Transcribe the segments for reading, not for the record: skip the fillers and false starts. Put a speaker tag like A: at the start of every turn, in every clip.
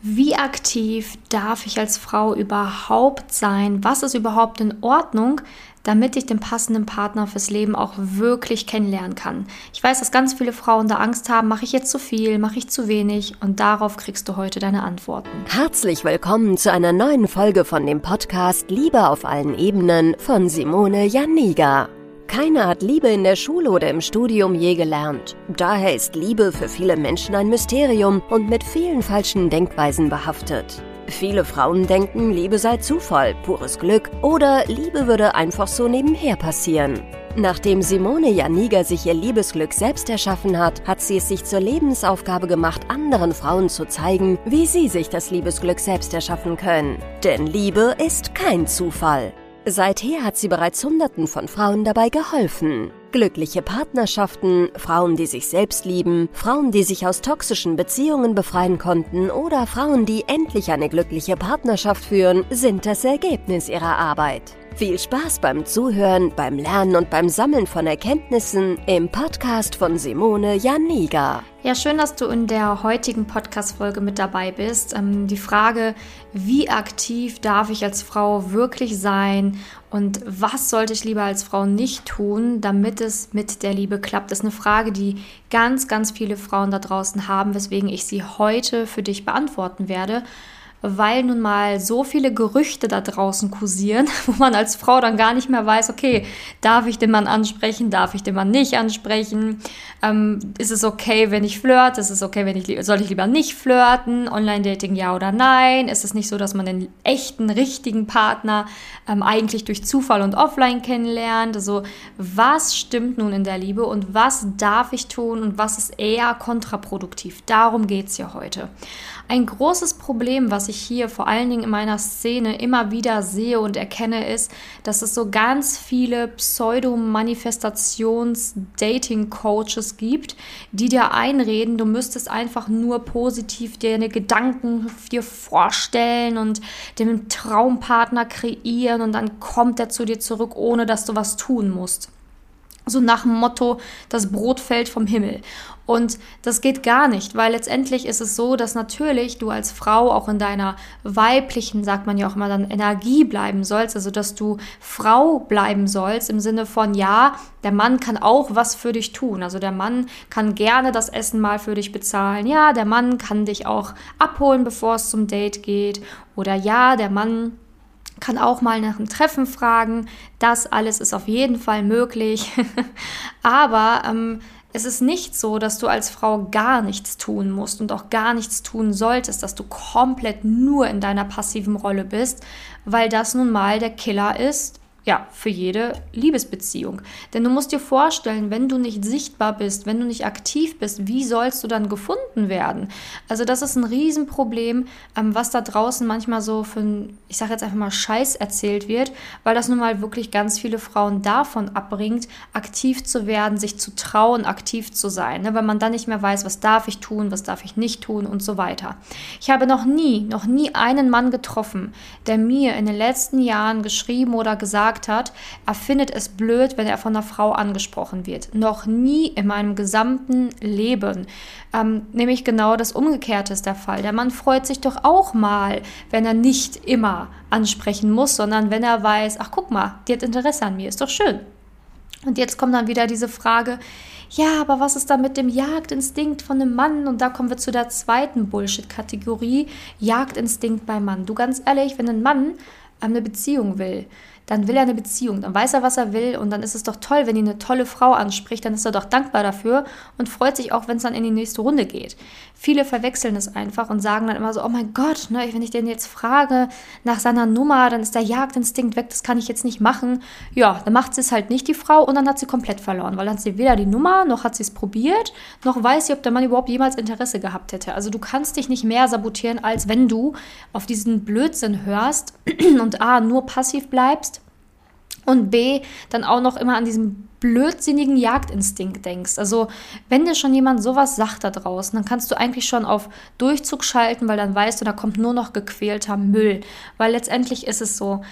A: Wie aktiv darf ich als Frau überhaupt sein? Was ist überhaupt in Ordnung, damit ich den passenden Partner fürs Leben auch wirklich kennenlernen kann? Ich weiß, dass ganz viele Frauen da Angst haben, mache ich jetzt zu viel, mache ich zu wenig? Und darauf kriegst du heute deine Antworten.
B: Herzlich willkommen zu einer neuen Folge von dem Podcast Liebe auf allen Ebenen von Simone Janiga. Keiner hat Liebe in der Schule oder im Studium je gelernt. Daher ist Liebe für viele Menschen ein Mysterium und mit vielen falschen Denkweisen behaftet. Viele Frauen denken, Liebe sei Zufall, pures Glück oder Liebe würde einfach so nebenher passieren. Nachdem Simone Janiga sich ihr Liebesglück selbst erschaffen hat, hat sie es sich zur Lebensaufgabe gemacht, anderen Frauen zu zeigen, wie sie sich das Liebesglück selbst erschaffen können. Denn Liebe ist kein Zufall. Seither hat sie bereits Hunderten von Frauen dabei geholfen. Glückliche Partnerschaften, Frauen, die sich selbst lieben, Frauen, die sich aus toxischen Beziehungen befreien konnten oder Frauen, die endlich eine glückliche Partnerschaft führen, sind das Ergebnis ihrer Arbeit. Viel Spaß beim Zuhören, beim Lernen und beim Sammeln von Erkenntnissen im Podcast von Simone Janiga.
A: Ja, schön, dass du in der heutigen Podcast-Folge mit dabei bist. Die Frage, wie aktiv darf ich als Frau wirklich sein und was sollte ich lieber als Frau nicht tun, damit es mit der Liebe klappt, ist eine Frage, die ganz, ganz viele Frauen da draußen haben, weswegen ich sie heute für dich beantworten werde. Weil nun mal so viele Gerüchte da draußen kursieren, wo man als Frau dann gar nicht mehr weiß, okay, darf ich den Mann ansprechen, darf ich den Mann nicht ansprechen, ist es okay, wenn ich flirte, ist es okay, soll ich lieber nicht flirten, Online-Dating ja oder nein, ist es nicht so, dass man den echten, richtigen Partner eigentlich durch Zufall und offline kennenlernt, also was stimmt nun in der Liebe und was darf ich tun und was ist eher kontraproduktiv, darum geht es ja heute. Ein großes Problem, was ich hier vor allen Dingen in meiner Szene immer wieder sehe und erkenne, ist, dass es so ganz viele Pseudo-Manifestations-Dating-Coaches gibt, die dir einreden, du müsstest einfach nur positiv deine Gedanken dir vorstellen und den Traumpartner kreieren und dann kommt er zu dir zurück, ohne dass du was tun musst. So nach dem Motto, das Brot fällt vom Himmel. Und das geht gar nicht, weil letztendlich ist es so, dass natürlich du als Frau auch in deiner weiblichen, sagt man ja auch immer dann, Energie bleiben sollst, also dass du Frau bleiben sollst im Sinne von, ja, der Mann kann auch was für dich tun, also der Mann kann gerne das Essen mal für dich bezahlen, ja, der Mann kann dich auch abholen, bevor es zum Date geht oder ja, der Mann kann auch mal nach einem Treffen fragen, das alles ist auf jeden Fall möglich, aber es ist nicht so, dass du als Frau gar nichts tun musst und auch gar nichts tun solltest, dass du komplett nur in deiner passiven Rolle bist, weil das nun mal der Killer ist, ja, für jede Liebesbeziehung. Denn du musst dir vorstellen, wenn du nicht sichtbar bist, wenn du nicht aktiv bist, wie sollst du dann gefunden werden? Also das ist ein Riesenproblem, was da draußen manchmal so für ein, ich sage jetzt einfach mal Scheiß erzählt wird, weil das nun mal wirklich ganz viele Frauen davon abbringt, aktiv zu werden, sich zu trauen, aktiv zu sein, ne? Weil man dann nicht mehr weiß, was darf ich tun, was darf ich nicht tun und so weiter. Ich habe noch nie einen Mann getroffen, der mir in den letzten Jahren geschrieben oder gesagt hat, er findet es blöd, wenn er von einer Frau angesprochen wird. Noch nie in meinem gesamten Leben. Nämlich genau das Umgekehrte ist der Fall. Der Mann freut sich doch auch mal, wenn er nicht immer ansprechen muss, sondern wenn er weiß, ach guck mal, die hat Interesse an mir, ist doch schön. Und jetzt kommt dann wieder diese Frage, ja, aber was ist da mit dem Jagdinstinkt von einem Mann? Und da kommen wir zu der zweiten Bullshit-Kategorie, Jagdinstinkt beim Mann. Du, ganz ehrlich, wenn ein Mann eine Beziehung will, dann will er eine Beziehung, dann weiß er, was er will und dann ist es doch toll, wenn ihn eine tolle Frau anspricht, dann ist er doch dankbar dafür und freut sich auch, wenn es dann in die nächste Runde geht. Viele verwechseln es einfach und sagen dann immer so, oh mein Gott, ne, wenn ich den jetzt frage nach seiner Nummer, dann ist der Jagdinstinkt weg, das kann ich jetzt nicht machen. Ja, dann macht sie es halt nicht, die Frau, und dann hat sie komplett verloren, weil dann hat sie weder die Nummer, noch hat sie es probiert, noch weiß sie, ob der Mann überhaupt jemals Interesse gehabt hätte. Also du kannst dich nicht mehr sabotieren, als wenn du auf diesen Blödsinn hörst und A, nur passiv bleibst, und B, dann auch noch immer an diesen blödsinnigen Jagdinstinkt denkst. Also wenn dir schon jemand sowas sagt da draußen, dann kannst du eigentlich schon auf Durchzug schalten, weil dann weißt du, da kommt nur noch gequälter Müll. Weil letztendlich ist es so,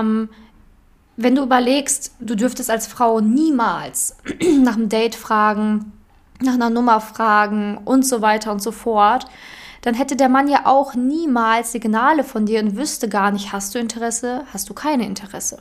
A: wenn du überlegst, du dürftest als Frau niemals nach einem Date fragen, nach einer Nummer fragen und so weiter und so fort, dann hätte der Mann ja auch niemals Signale von dir und wüsste gar nicht, hast du Interesse, hast du kein Interesse.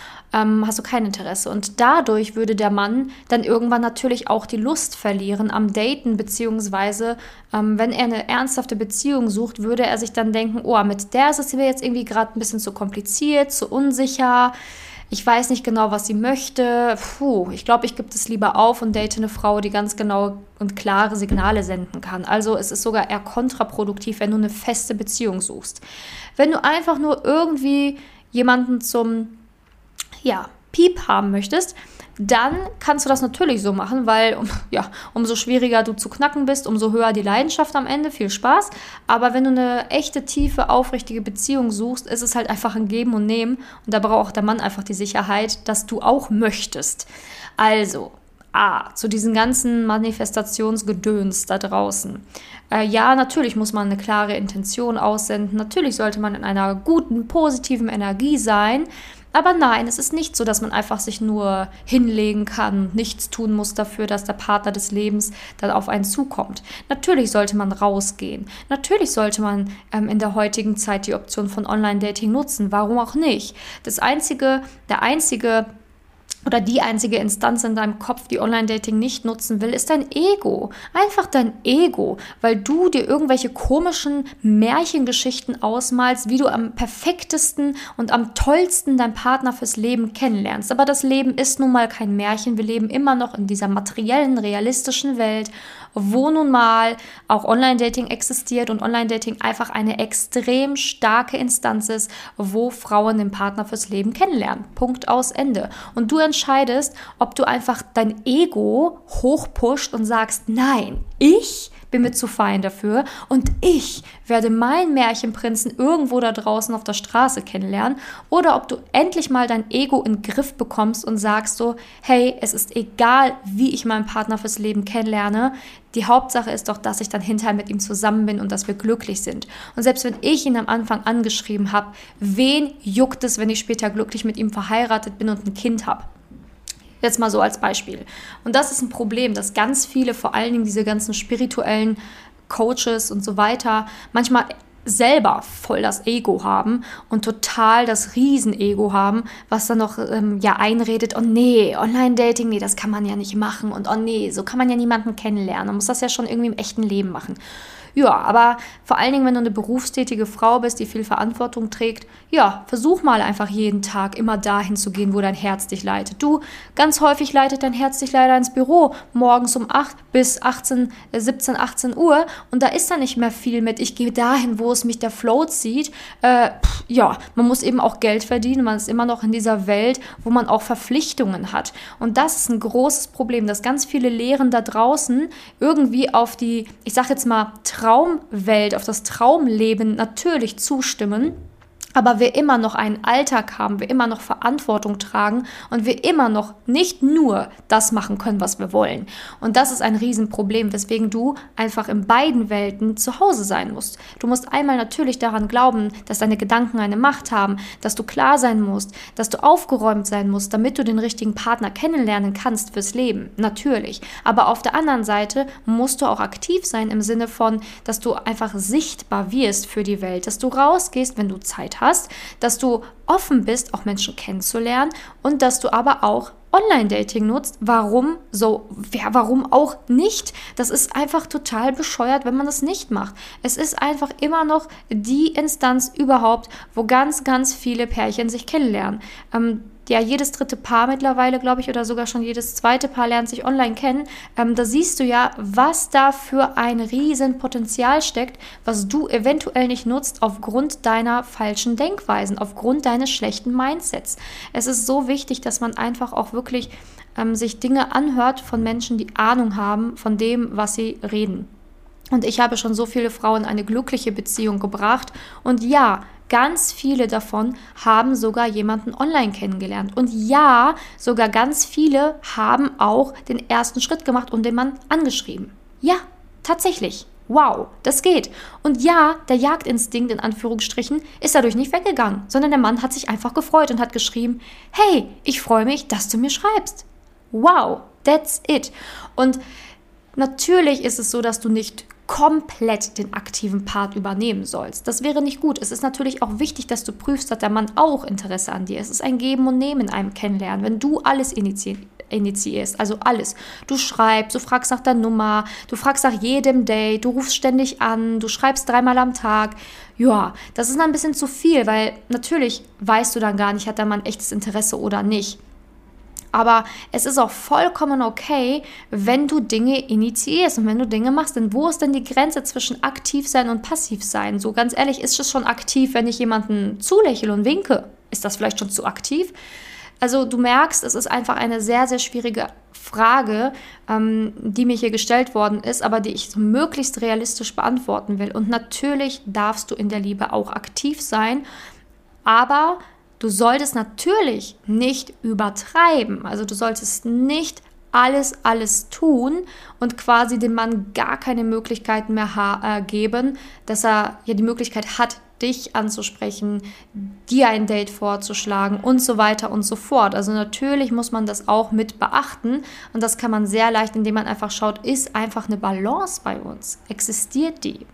A: Und dadurch würde der Mann dann irgendwann natürlich auch die Lust verlieren am Daten, beziehungsweise wenn er eine ernsthafte Beziehung sucht, würde er sich dann denken, oh, mit der ist es mir jetzt irgendwie gerade ein bisschen zu kompliziert, zu unsicher, ich weiß nicht genau, was sie möchte, ich glaube, ich gebe das lieber auf und date eine Frau, die ganz genau und klare Signale senden kann. Also es ist sogar eher kontraproduktiv, wenn du eine feste Beziehung suchst. Wenn du einfach nur irgendwie jemanden zum Piep haben möchtest, dann kannst du das natürlich so machen, weil umso schwieriger du zu knacken bist, umso höher die Leidenschaft am Ende, viel Spaß. Aber wenn du eine echte, tiefe, aufrichtige Beziehung suchst, ist es halt einfach ein Geben und Nehmen und da braucht der Mann einfach die Sicherheit, dass du auch möchtest. Also, zu diesen ganzen Manifestationsgedöns da draußen. Natürlich muss man eine klare Intention aussenden, natürlich sollte man in einer guten, positiven Energie sein, aber nein, es ist nicht so, dass man einfach sich nur hinlegen kann, nichts tun muss dafür, dass der Partner des Lebens dann auf einen zukommt. Natürlich sollte man rausgehen. Natürlich sollte man in der heutigen Zeit die Option von Online-Dating nutzen. Warum auch nicht? Die einzige Instanz in deinem Kopf, die Online-Dating nicht nutzen will, ist dein Ego. Einfach dein Ego, weil du dir irgendwelche komischen Märchengeschichten ausmalst, wie du am perfektesten und am tollsten deinen Partner fürs Leben kennenlernst. Aber das Leben ist nun mal kein Märchen. Wir leben immer noch in dieser materiellen, realistischen Welt, wo nun mal auch Online-Dating existiert und Online-Dating einfach eine extrem starke Instanz ist, wo Frauen den Partner fürs Leben kennenlernen. Punkt, aus, Ende. Und du entscheidest, ob du einfach dein Ego hochpusht und sagst, nein, ich bin mir zu fein dafür und ich werde meinen Märchenprinzen irgendwo da draußen auf der Straße kennenlernen, oder ob du endlich mal dein Ego in den Griff bekommst und sagst so, hey, es ist egal, wie ich meinen Partner fürs Leben kennenlerne, die Hauptsache ist doch, dass ich dann hinterher mit ihm zusammen bin und dass wir glücklich sind. Und selbst wenn ich ihn am Anfang angeschrieben habe, wen juckt es, wenn ich später glücklich mit ihm verheiratet bin und ein Kind habe? Jetzt mal so als Beispiel. Und das ist ein Problem, dass ganz viele, vor allen Dingen diese ganzen spirituellen Coaches und so weiter, manchmal selber voll das Ego haben und total das Riesenego haben, was dann noch einredet, oh nee, Online-Dating, nee, das kann man ja nicht machen und oh nee, so kann man ja niemanden kennenlernen. Man muss das ja schon irgendwie im echten Leben machen. Ja, aber vor allen Dingen, wenn du eine berufstätige Frau bist, die viel Verantwortung trägt, versuch mal einfach jeden Tag immer dahin zu gehen, wo dein Herz dich leitet. Ganz häufig leitet dein Herz dich leider ins Büro, morgens um 8 bis 17, 18 Uhr und da ist dann nicht mehr viel mit, ich gehe dahin, wo es mich der Flow zieht. Man muss eben auch Geld verdienen, man ist immer noch in dieser Welt, wo man auch Verpflichtungen hat. Und das ist ein großes Problem, dass ganz viele Lehren da draußen irgendwie auf die, ich sag jetzt mal, Traumwelt, auf das Traumleben natürlich zustimmen, aber wir immer noch einen Alltag haben, wir immer noch Verantwortung tragen und wir immer noch nicht nur das machen können, was wir wollen. Und das ist ein Riesenproblem, weswegen du einfach in beiden Welten zu Hause sein musst. Du musst einmal natürlich daran glauben, dass deine Gedanken eine Macht haben, dass du klar sein musst, dass du aufgeräumt sein musst, damit du den richtigen Partner kennenlernen kannst fürs Leben. Natürlich. Aber auf der anderen Seite musst du auch aktiv sein im Sinne von, dass du einfach sichtbar wirst für die Welt, dass du rausgehst, wenn du Zeit hast, dass du offen bist, auch Menschen kennenzulernen und dass du aber auch Online-Dating nutzt. Warum auch nicht? Das ist einfach total bescheuert, wenn man das nicht macht. Es ist einfach immer noch die Instanz überhaupt, wo ganz, ganz viele Pärchen sich kennenlernen. Jedes dritte Paar mittlerweile, glaube ich, oder sogar schon jedes zweite Paar lernt sich online kennen. Da siehst du ja, was da für ein Riesenpotenzial steckt, was du eventuell nicht nutzt aufgrund deiner falschen Denkweisen, aufgrund deines schlechten Mindsets. Es ist so wichtig, dass man einfach auch wirklich sich Dinge anhört von Menschen, die Ahnung haben von dem, was sie reden. Und ich habe schon so viele Frauen in eine glückliche Beziehung gebracht. Und ja, ganz viele davon haben sogar jemanden online kennengelernt. Und ja, sogar ganz viele haben auch den ersten Schritt gemacht und den Mann angeschrieben. Ja, tatsächlich. Wow, das geht. Und ja, der Jagdinstinkt in Anführungsstrichen ist dadurch nicht weggegangen, sondern der Mann hat sich einfach gefreut und hat geschrieben, hey, ich freue mich, dass du mir schreibst. Wow, that's it. Und natürlich ist es so, dass du nicht komplett den aktiven Part übernehmen sollst. Das wäre nicht gut. Es ist natürlich auch wichtig, dass du prüfst, dass der Mann auch Interesse an dir ist. Es ist ein Geben und Nehmen in einem Kennenlernen. Wenn du alles initiierst, also alles. Du schreibst, du fragst nach der Nummer, du fragst nach jedem Date, du rufst ständig an, du schreibst 3-mal am Tag. Ja, das ist dann ein bisschen zu viel, weil natürlich weißt du dann gar nicht, hat der Mann echtes Interesse oder nicht. Aber es ist auch vollkommen okay, wenn du Dinge initiierst und wenn du Dinge machst. Denn wo ist denn die Grenze zwischen aktiv sein und passiv sein? So ganz ehrlich, ist es schon aktiv, wenn ich jemanden zulächle und winke? Ist das vielleicht schon zu aktiv? Also du merkst, es ist einfach eine sehr, sehr schwierige Frage, die mir hier gestellt worden ist, aber die ich so möglichst realistisch beantworten will. Und natürlich darfst du in der Liebe auch aktiv sein, aber du solltest natürlich nicht übertreiben. Also du solltest nicht alles tun und quasi dem Mann gar keine Möglichkeiten mehr geben, dass er ja die Möglichkeit hat, dich anzusprechen, dir ein Date vorzuschlagen und so weiter und so fort. Also natürlich muss man das auch mit beachten und das kann man sehr leicht, indem man einfach schaut, ist einfach eine Balance bei uns? Existiert die?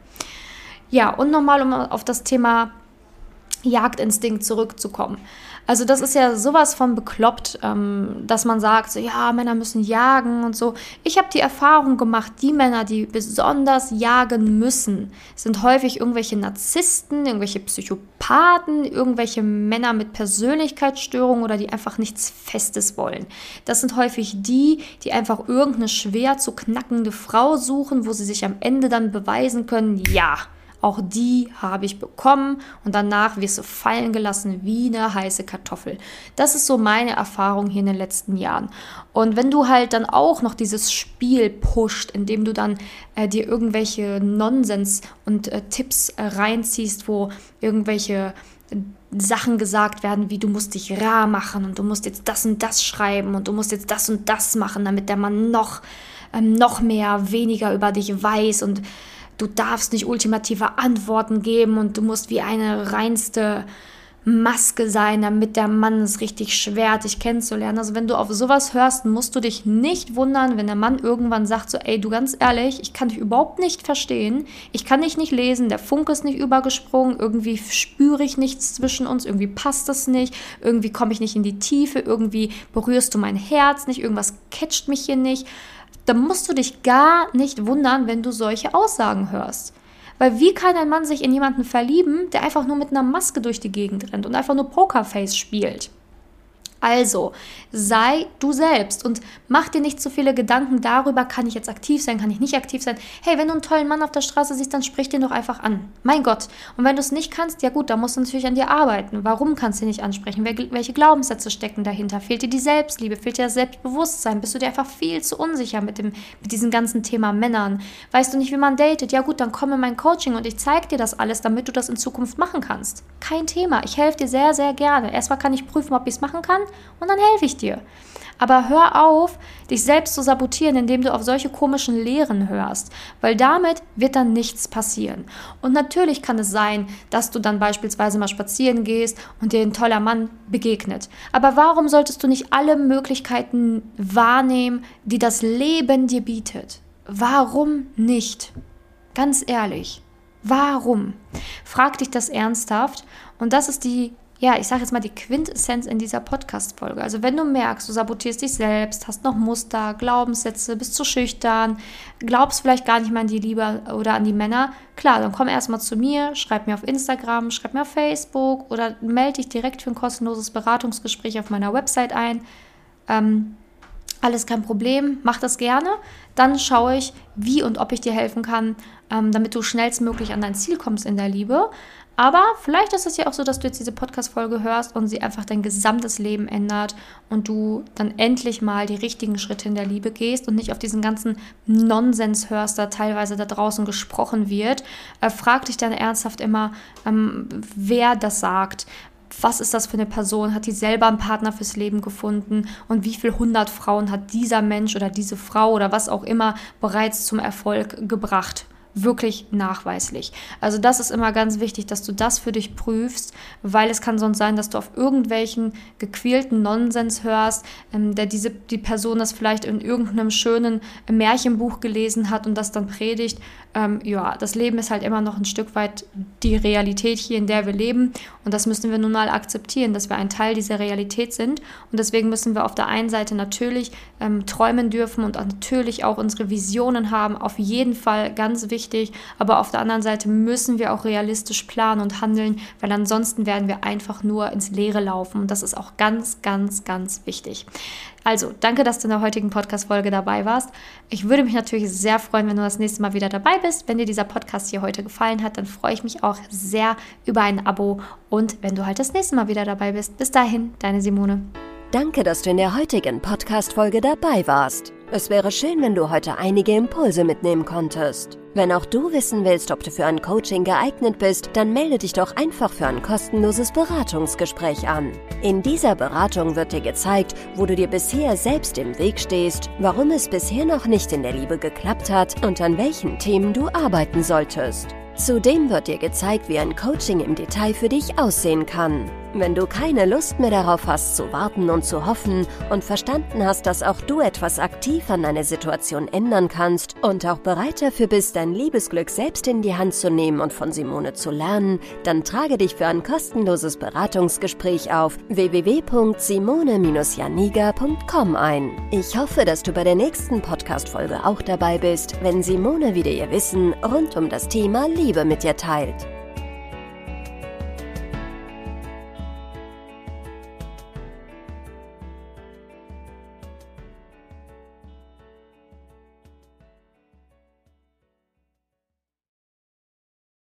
A: Ja, und nochmal, um auf das Thema Jagdinstinkt zurückzukommen. Also das ist ja sowas von bekloppt, dass man sagt, so, ja, Männer müssen jagen und so. Ich habe die Erfahrung gemacht, die Männer, die besonders jagen müssen, sind häufig irgendwelche Narzissten, irgendwelche Psychopathen, irgendwelche Männer mit Persönlichkeitsstörungen oder die einfach nichts Festes wollen. Das sind häufig die einfach irgendeine schwer zu knackende Frau suchen, wo sie sich am Ende dann beweisen können, ja, auch die habe ich bekommen und danach wirst du fallen gelassen wie eine heiße Kartoffel. Das ist so meine Erfahrung hier in den letzten Jahren. Und wenn du halt dann auch noch dieses Spiel pusht, indem du dann dir irgendwelche Nonsens und Tipps reinziehst, wo irgendwelche Sachen gesagt werden, wie du musst dich rar machen und du musst jetzt das und das schreiben und du musst jetzt das und das machen, damit der Mann noch mehr, weniger über dich weiß und du darfst nicht ultimative Antworten geben und du musst wie eine reinste Maske sein, damit der Mann es richtig schwer hat, dich kennenzulernen. Also wenn du auf sowas hörst, musst du dich nicht wundern, wenn der Mann irgendwann sagt so, ey, du ganz ehrlich, ich kann dich überhaupt nicht verstehen, ich kann dich nicht lesen, der Funke ist nicht übergesprungen, irgendwie spüre ich nichts zwischen uns, irgendwie passt das nicht, irgendwie komme ich nicht in die Tiefe, irgendwie berührst du mein Herz nicht, irgendwas catcht mich hier nicht. Dann musst du dich gar nicht wundern, wenn du solche Aussagen hörst. Weil wie kann ein Mann sich in jemanden verlieben, der einfach nur mit einer Maske durch die Gegend rennt und einfach nur Pokerface spielt? Also, sei du selbst und mach dir nicht zu viele Gedanken darüber, kann ich jetzt aktiv sein, kann ich nicht aktiv sein. Hey, wenn du einen tollen Mann auf der Straße siehst, dann sprich den doch einfach an. Mein Gott. Und wenn du es nicht kannst, ja gut, dann musst du natürlich an dir arbeiten. Warum kannst du ihn nicht ansprechen? Welche Glaubenssätze stecken dahinter? Fehlt dir die Selbstliebe? Fehlt dir das Selbstbewusstsein? Bist du dir einfach viel zu unsicher mit diesem ganzen Thema Männern? Weißt du nicht, wie man datet? Ja gut, dann komm in mein Coaching und ich zeige dir das alles, damit du das in Zukunft machen kannst. Kein Thema. Ich helfe dir sehr, sehr gerne. Erstmal kann ich prüfen, ob ich es machen kann. Und dann helfe ich dir. Aber hör auf, dich selbst zu sabotieren, indem du auf solche komischen Lehren hörst, weil damit wird dann nichts passieren. Und natürlich kann es sein, dass du dann beispielsweise mal spazieren gehst und dir ein toller Mann begegnet. Aber warum solltest du nicht alle Möglichkeiten wahrnehmen, die das Leben dir bietet? Warum nicht? Ganz ehrlich, warum? Frag dich das ernsthaft und das ist die ich sage jetzt mal die Quintessenz in dieser Podcast-Folge. Also wenn du merkst, du sabotierst dich selbst, hast noch Muster, Glaubenssätze, bist zu schüchtern, glaubst vielleicht gar nicht mehr an die Liebe oder an die Männer, klar, dann komm erstmal zu mir, schreib mir auf Instagram, schreib mir auf Facebook oder melde dich direkt für ein kostenloses Beratungsgespräch auf meiner Website ein. Alles kein Problem, mach das gerne. Dann schaue ich, wie und ob ich dir helfen kann, damit du schnellstmöglich an dein Ziel kommst in der Liebe. Aber vielleicht ist es ja auch so, dass du jetzt diese Podcast-Folge hörst und sie einfach dein gesamtes Leben ändert und du dann endlich mal die richtigen Schritte in der Liebe gehst und nicht auf diesen ganzen Nonsens hörst, da teilweise da draußen gesprochen wird. Frag dich dann ernsthaft immer, wer das sagt. Was ist das für eine Person? Hat die selber einen Partner fürs Leben gefunden? Und wie viele 100 Frauen hat dieser Mensch oder diese Frau oder was auch immer bereits zum Erfolg gebracht? wirklich nachweislich. Also das ist immer ganz wichtig, dass du das für dich prüfst, weil es kann sonst sein, dass du auf irgendwelchen gequälten Nonsens hörst, die Person das vielleicht in irgendeinem schönen Märchenbuch gelesen hat und das dann predigt. Das Leben ist halt immer noch ein Stück weit die Realität hier, in der wir leben, und das müssen wir nun mal akzeptieren, dass wir ein Teil dieser Realität sind, und deswegen müssen wir auf der einen Seite natürlich träumen dürfen und natürlich auch unsere Visionen haben, auf jeden Fall ganz wichtig, aber auf der anderen Seite müssen wir auch realistisch planen und handeln, weil ansonsten werden wir einfach nur ins Leere laufen, und das ist auch ganz, ganz, ganz wichtig. Also, danke, dass du in der heutigen Podcast-Folge dabei warst. Ich würde mich natürlich sehr freuen, wenn du das nächste Mal wieder dabei bist. Wenn dir dieser Podcast hier heute gefallen hat, dann freue ich mich auch sehr über ein Abo und wenn du halt das nächste Mal wieder dabei bist. Bis dahin, deine Simone.
B: Danke, dass du in der heutigen Podcast-Folge dabei warst. Es wäre schön, wenn du heute einige Impulse mitnehmen konntest. Wenn auch du wissen willst, ob du für ein Coaching geeignet bist, dann melde dich doch einfach für ein kostenloses Beratungsgespräch an. In dieser Beratung wird dir gezeigt, wo du dir bisher selbst im Weg stehst, warum es bisher noch nicht in der Liebe geklappt hat und an welchen Themen du arbeiten solltest. Zudem wird dir gezeigt, wie ein Coaching im Detail für dich aussehen kann. Wenn du keine Lust mehr darauf hast, zu warten und zu hoffen und verstanden hast, dass auch du etwas aktiv an deiner Situation ändern kannst und auch bereit dafür bist, dein Liebesglück selbst in die Hand zu nehmen und von Simone zu lernen, dann trage dich für ein kostenloses Beratungsgespräch auf www.simone-janiga.com ein. Ich hoffe, dass du bei der nächsten Podcast-Folge auch dabei bist, wenn Simone wieder ihr Wissen rund um das Thema Liebe mit dir teilt.